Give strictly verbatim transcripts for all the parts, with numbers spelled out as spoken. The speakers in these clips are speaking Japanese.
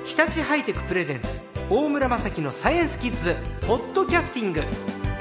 日立ハイテクプレゼンツ大村雅樹のサイエンスキッズポッドキャスティング。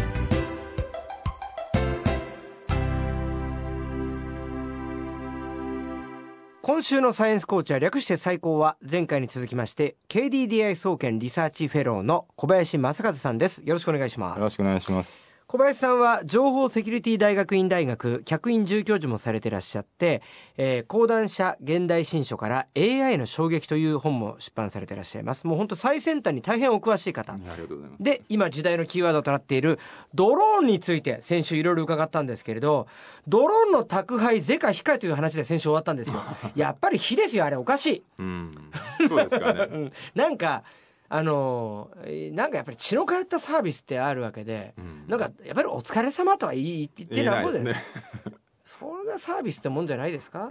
今週のサイエンスコーチは略して最高は前回に続きまして ケーディーディーアイ 総研リサーチフェローの小林正和さんです。よろしくお願いします。 よろしくお願いします。 小林さんは情報セキュリティ大学院大学客員准教授もされていらっしゃって、えー、講談社現代新書から エーアイ の衝撃という本も出版されていらっしゃいます。もう本当最先端に大変お詳しい方、 ありがとうございます。 で今時代のキーワードとなっているドローンについて先週いろいろ伺ったんですけれど、ドローンの宅配是か非かという話で先週終わったんですよやっぱり非ですよ、あれおかしい。 うんそうですかね、 うん、なんかあのなんかやっぱり血の通ったサービスってあるわけで、うん、なんかやっぱりお疲れ様とは言い言ってなんぼで、ね、それがサービスってもんじゃないですか。 うん、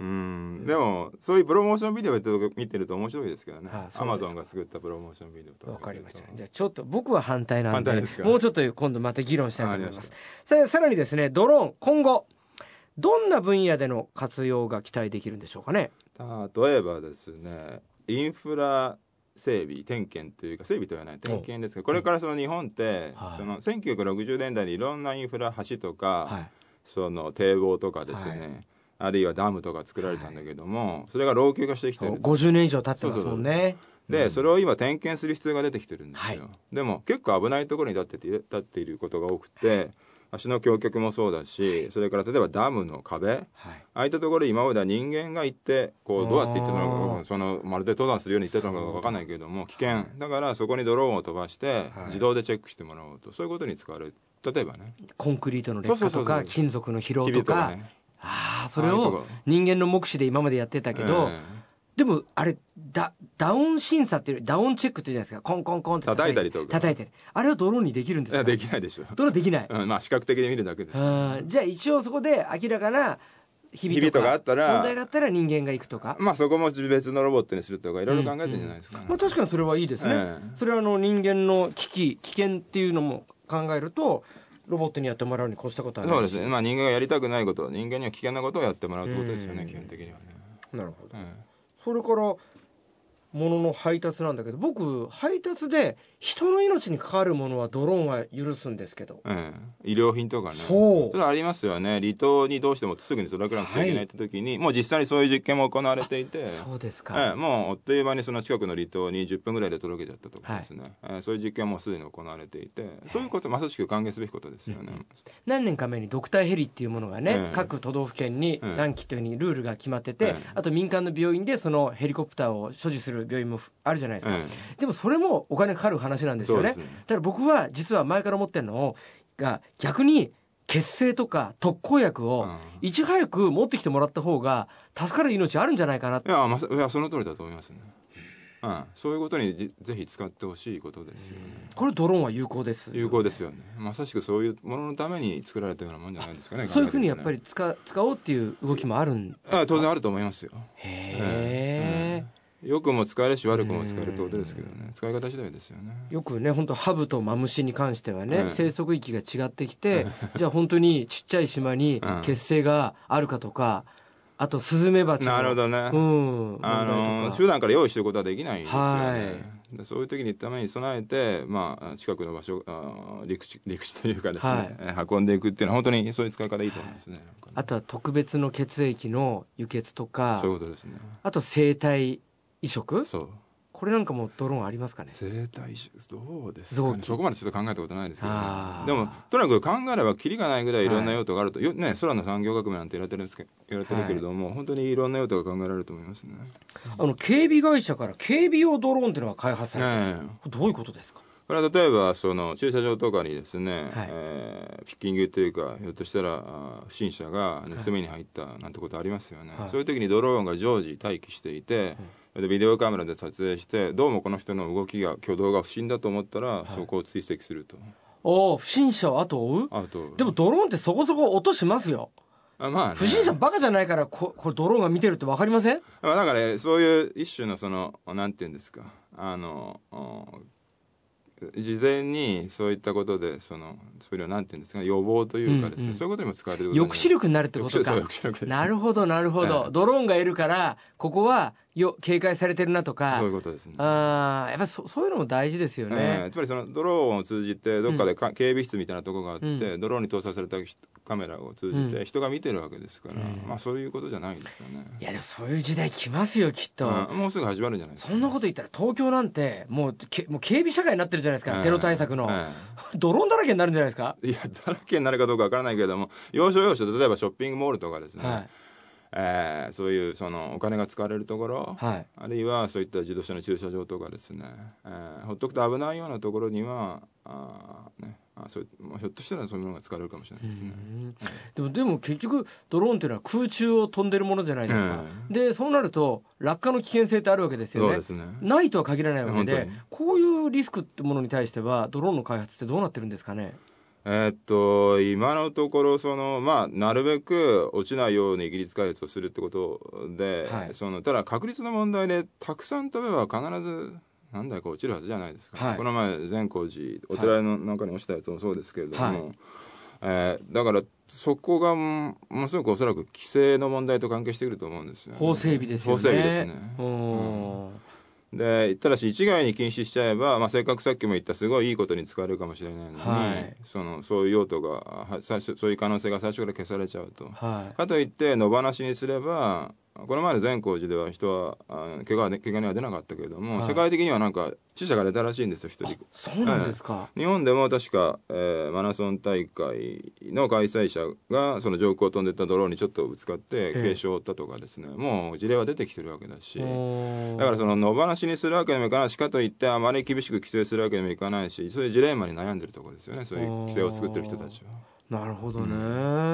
でもそういうプロモーションビデオ見てると面白いですけどね。アマゾンが作ったプロモーションビデオとか。 わかりました。じゃあちょっと僕は反対なんで、 反対ですか。 もうちょっと今度また議論したいと思います。さ, さらにですね、ドローン今後どんな分野での活用が期待できるんでしょうかね。 例えばですね、インフラ整備点検というか整備とはない点検ですが、これからその日本って、はい、そのせんきゅうひゃくろくじゅうねんだいにいろんなインフラ橋とか、はい、その堤防とかですね、はい、あるいはダムとか作られたんだけども、はい、それが老朽化してきてる。 ごじゅうねん以上経ってますもんね。そうそうそうで、うん、それを今点検する必要が出てきてるんですよ、はい、でも結構危ないところに立ってて、立っていることが多くて、橋の橋脚もそうだし、はい、それから例えばダムの壁、はい、ああいったところ今までは人間が行ってこうどうやって行ってたのか、そのまるで登山するように行ってたのか分かんないけれども危険だから、そこにドローンを飛ばして自動でチェックしてもらおうと、そういうことに使われる。例えばね、 コンクリートの劣化とか金属の疲労とか、ね、ああそれを人間の目視で今までやってたけど、えーでもあれダダウン審査っていうダウンチェックって言うじゃないですか。コンコンコンって叩いたりとか叩いたり、あれはドローンにできるんですか。 いやできないでしょ。 ドローンできない、 うん、まあ視覚的に見るだけです、 ね、じゃあ一応そこで明らかなひびとかがあったら問題があったら人間が行くとか、 まあそこも別のロボットにするとかいろいろ考えてるんじゃないですか、ね。 うんうん、まあ、確かにそれはいいですね、えー、それはあの人間の危機危険っていうのも考えるとロボットにやってもらうに越したことはないし。 そうですね、まあ、人間がやりたくないこと、人間には危険なことをやってもらうってことですよね、基本的にはね。 なるほど、えー、それから物の配達なんだけど、僕配達で人の命に関わるものはドローンは許すんですけど、 ええ、医療品とかね、 そうそれありますよね。離島にどうしてもすぐに届けなくちゃいけないって時に、はい、もう実際にそういう実験も行われていて、 そうですか、 ええ、もうあっという間にその近くの離島にじゅっぷんぐらいで届けちゃったとかですね、はい、ええ、そういう実験もすでに行われていて、そういうことまさしく歓迎すべきことですよね、うん、 何年か前にドクターヘリっていうものがね、ええ、各都道府県に何機というふうにルールが決まってて、ええ、あと民間の病院でそのヘリコプターを所持する病院もあるじゃないですか、ええ、でもそれもお金かかる話なんですよね。だから僕は実は前から思ってるのが、逆に血清とか特効薬をいち早く持ってきてもらった方が助かる命あるんじゃないかなって。 いや、ま、いやその通りだと思いますね、うん、そういうことにぜひ使ってほしいことですよね。 これドローンは有効ですよね。 有効ですよね。まさしくそういうもののために作られたようなもんじゃないですかね。 そういうふうにやっぱり 使, 使おうっていう動きもあるんですか。 あ、当然あると思いますよ。 へー、うんよくも使えるし悪くも使えるってことですけどね、使い方次第ですよね。 よくね、本当ハブとマムシに関してはね、うん、生息域が違ってきてじゃあ本当にちっちゃい島に血清があるかとか、あとスズメバチの、 なるほどね、 うん、 あの普段から用意してることはできないですよね、はい、でそういう時にために備えて、まあ、近くの場所あ 陸, 地陸地というかですね、はい、運んでいくっていうのは本当にそういう使い方いいと思うんですね、はい、 あとは特別の血液の輸血とか、 そういうことですね。 あと生体移植、 そうこれなんかもドローンありますかね。 生体移植どうですかね。そこまでちょっと考えたことないですけど、ね、でもとにかく考えればキリがないぐらいいろんな用途があると、はいね、空の産業革命なんて言われてるんですけ言われてるけれども、はい、本当にいろんな用途が考えられると思いますね。 あの警備会社から警備用ドローンっていうのが開発されてる、ね、どういうことですか。 これは例えばその駐車場とかにですね、はい、えー、ピッキングというかひょっとしたら不審者が盗みに入ったなんてことありますよね、はい、そういう時にドローンが常時待機していて、はい、でビデオカメラで撮影してどうもこの人の動きが挙動が不審だと思ったら、はい、そこを追跡すると。 お不審者を後を追う。後でもドローンってそこそこ音しますよ。あ、まあね、不審者バカじゃないからここれドローンが見てるって分かりません。 だから、ね、そういう一種のそのなんていうんですか、あの事前にそういったことでそのそれをなんていうんですか、予防というかですね、うんうん、そういうことにも使われる。 抑止力になるってことか。 抑止力です。 なるほどなるほど、はい、ドローンがいるからここはよ警戒されてるなとか、 そういうことですね。 あやっぱり そ, そういうのも大事ですよね、 えー、つまりそのドローンを通じてどっかでか、うん、警備室みたいなところがあって、うん、ドローンに搭載されたカメラを通じて人が見てるわけですから、うん、まあそういうことじゃないですかね。 いやでもそういう時代来ますよきっと、 うん、もうすぐ始まるんじゃないですか、 そんなこと言ったら東京なんてもうけもう警備社会になってるじゃないですか、えー、テロ対策の、えー、ドローンだらけになるんじゃないですか。 いやだらけになるかどうかわからないけれども、要所要所例えばショッピングモールとかですね、はい、えー、そういうそのお金が使われるところ、はい、あるいはそういった自動車の駐車場とかですね、えー、ほっとくと危ないようなところにはあ、ね、あそうひょっとしたらそういうものが使われるかもしれないですね。 でもでも結局ドローンっていうのは空中を飛んでるものじゃないですか、えー、でそうなると落下の危険性ってあるわけですよね。 そうですね、 ないとは限らないわけで、こういうリスクってものに対してはドローンの開発ってどうなってるんですかね。 えー、っと今のところその、まあ、なるべく落ちないように技術開発をするってことで、はい、そのただ確率の問題でたくさん飛べば必ずなんだか落ちるはずじゃないですか、はい、この前善光寺お寺の中に落ちたやつもそうですけれども、はい、えー、だからそこがものすごくおそらく規制の問題と関係してくると思うんですよね。 法整備ですよね。 法整備ですね。うんでただし一概に禁止しちゃえば、まあ、せっかくさっきも言ったすごいいいことに使われるかもしれないのに、はい、そのそういう用途が最初そういう可能性が最初から消されちゃうと、はい、かといって野放しにすればこの前の善光寺では人はあ怪我、ね、怪我には出なかったけれども、はい、世界的にはなんか死者が出たらしいんですよ一人。 そうなんですか、 えー、日本でも確か、えー、マラソン大会の開催者がその上空を飛んでったドローンにちょっとぶつかって軽傷を負ったとかですね、もう事例は出てきてるわけだし、だからその野放しにするわけにもいかないしかといってあまり厳しく規制するわけにもいかないし、そういうジレンマに悩んでるところですよね、そういう規制を作ってる人たちは。 なるほどね、うん、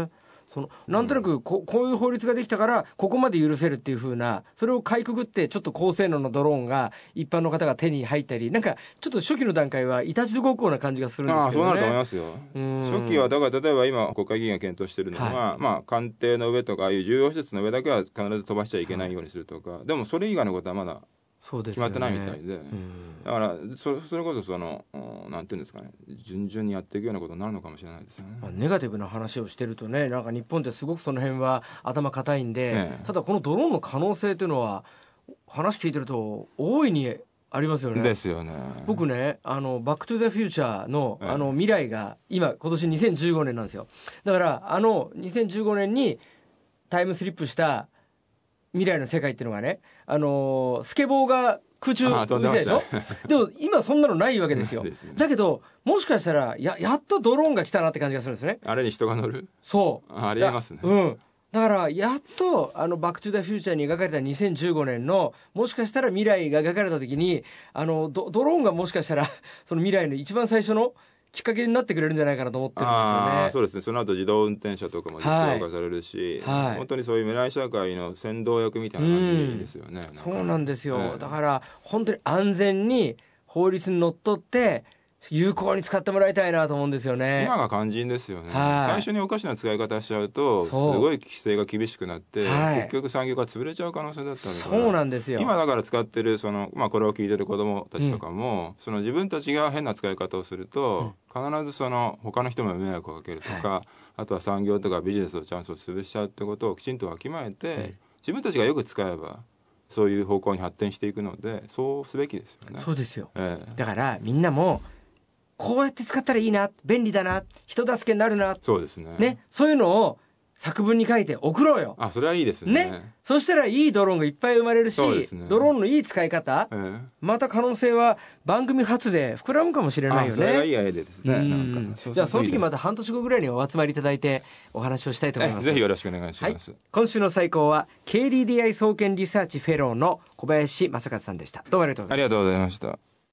そのなんとなく こ, こういう法律ができたからここまで許せるっていう風な、それをかいくぐってちょっと高性能のドローンが一般の方が手に入ったり、なんかちょっと初期の段階はいたちごっこな感じがするんですけどね。 ああそうなると思いますよ。初期はだから例えば今国会議員が検討しているのは、はい、まあ官邸の上とかああいう重要施設の上だけは必ず飛ばしちゃいけないようにするとか、はい、でもそれ以外のことはまだ決まってないみたい で, で、ね、だから そ, それこそそのなんていうんですかね、順々にやっていくようなことになるのかもしれないですよね。 まあ、ネガティブな話をしてるとね、なんか日本ってすごくその辺は頭固いんで、ね、ただこのドローンの可能性というのは話聞いてると大いにありますよね。 ですよね。 僕ね、あのバックトゥザフューチャー の, あの未来が今今年にせんじゅうごねんなんですよ。だからあのにせんじゅうごねんにタイムスリップした未来の世界っていうのがね、あのー、スケボーが空中浮いてるでしょ。でも今そんなのないわけですよ。ですね、だけどもしかしたら や, やっとドローンが来たなって感じがするんですね。 あれに人が乗る。 そう。 ありえますね。 うん。だからやっとあのバックトゥザフューチャーに描かれたにせんじゅうごねんのもしかしたら未来が描かれた時にあの ド, ドローンがもしかしたらその未来の一番最初のきっかけになってくれるんじゃないかなと思ってるんですよね。 あそうですね。その後自動運転車とかも実用化されるし、はいはい、本当にそういう未来社会の先導役みたいな感じですよね。 うん、そうなんですよ、ええ、だから本当に安全に法律にのっとって有効に使ってもらいたいなと思うんですよね。 今が肝心ですよね。最初におかしな使い方しちゃうとすごい規制が厳しくなって、はい、結局産業が潰れちゃう可能性だったんですから。 そうなんですよ。 今だから使ってるその、まあ、これを聞いてる子どもたちとかも、うん、その自分たちが変な使い方をすると、うん、必ずその他の人も迷惑をかけるとか、はい、あとは産業とかビジネスのチャンスを潰しちゃうってことをきちんとわきまえて、うん、自分たちがよく使えばそういう方向に発展していくので、そうすべきですよね。 そうですよ、 ええ、 だからみんなもこうやって使ったらいいな、便利だな、人助けになるな、 そうですね、 ね、そういうのを作文に書いて送ろうよ。 あ、それはいいです ね, ね。そしたらいいドローンがいっぱい生まれるし、ね、ドローンのいい使い方、ええ、また可能性は番組初で膨らむかもしれないよね。 あ、それがいいアイデアですね。なんかじゃあその時また半年後ぐらいにお集まりいただいてお話をしたいと思います。 ぜひよろしくお願いします、はい、 今週の最高は ケーディーディーアイ 総研リサーチフェローの小林正和さんでした。どうもありがとうございました。 ありがとうございました。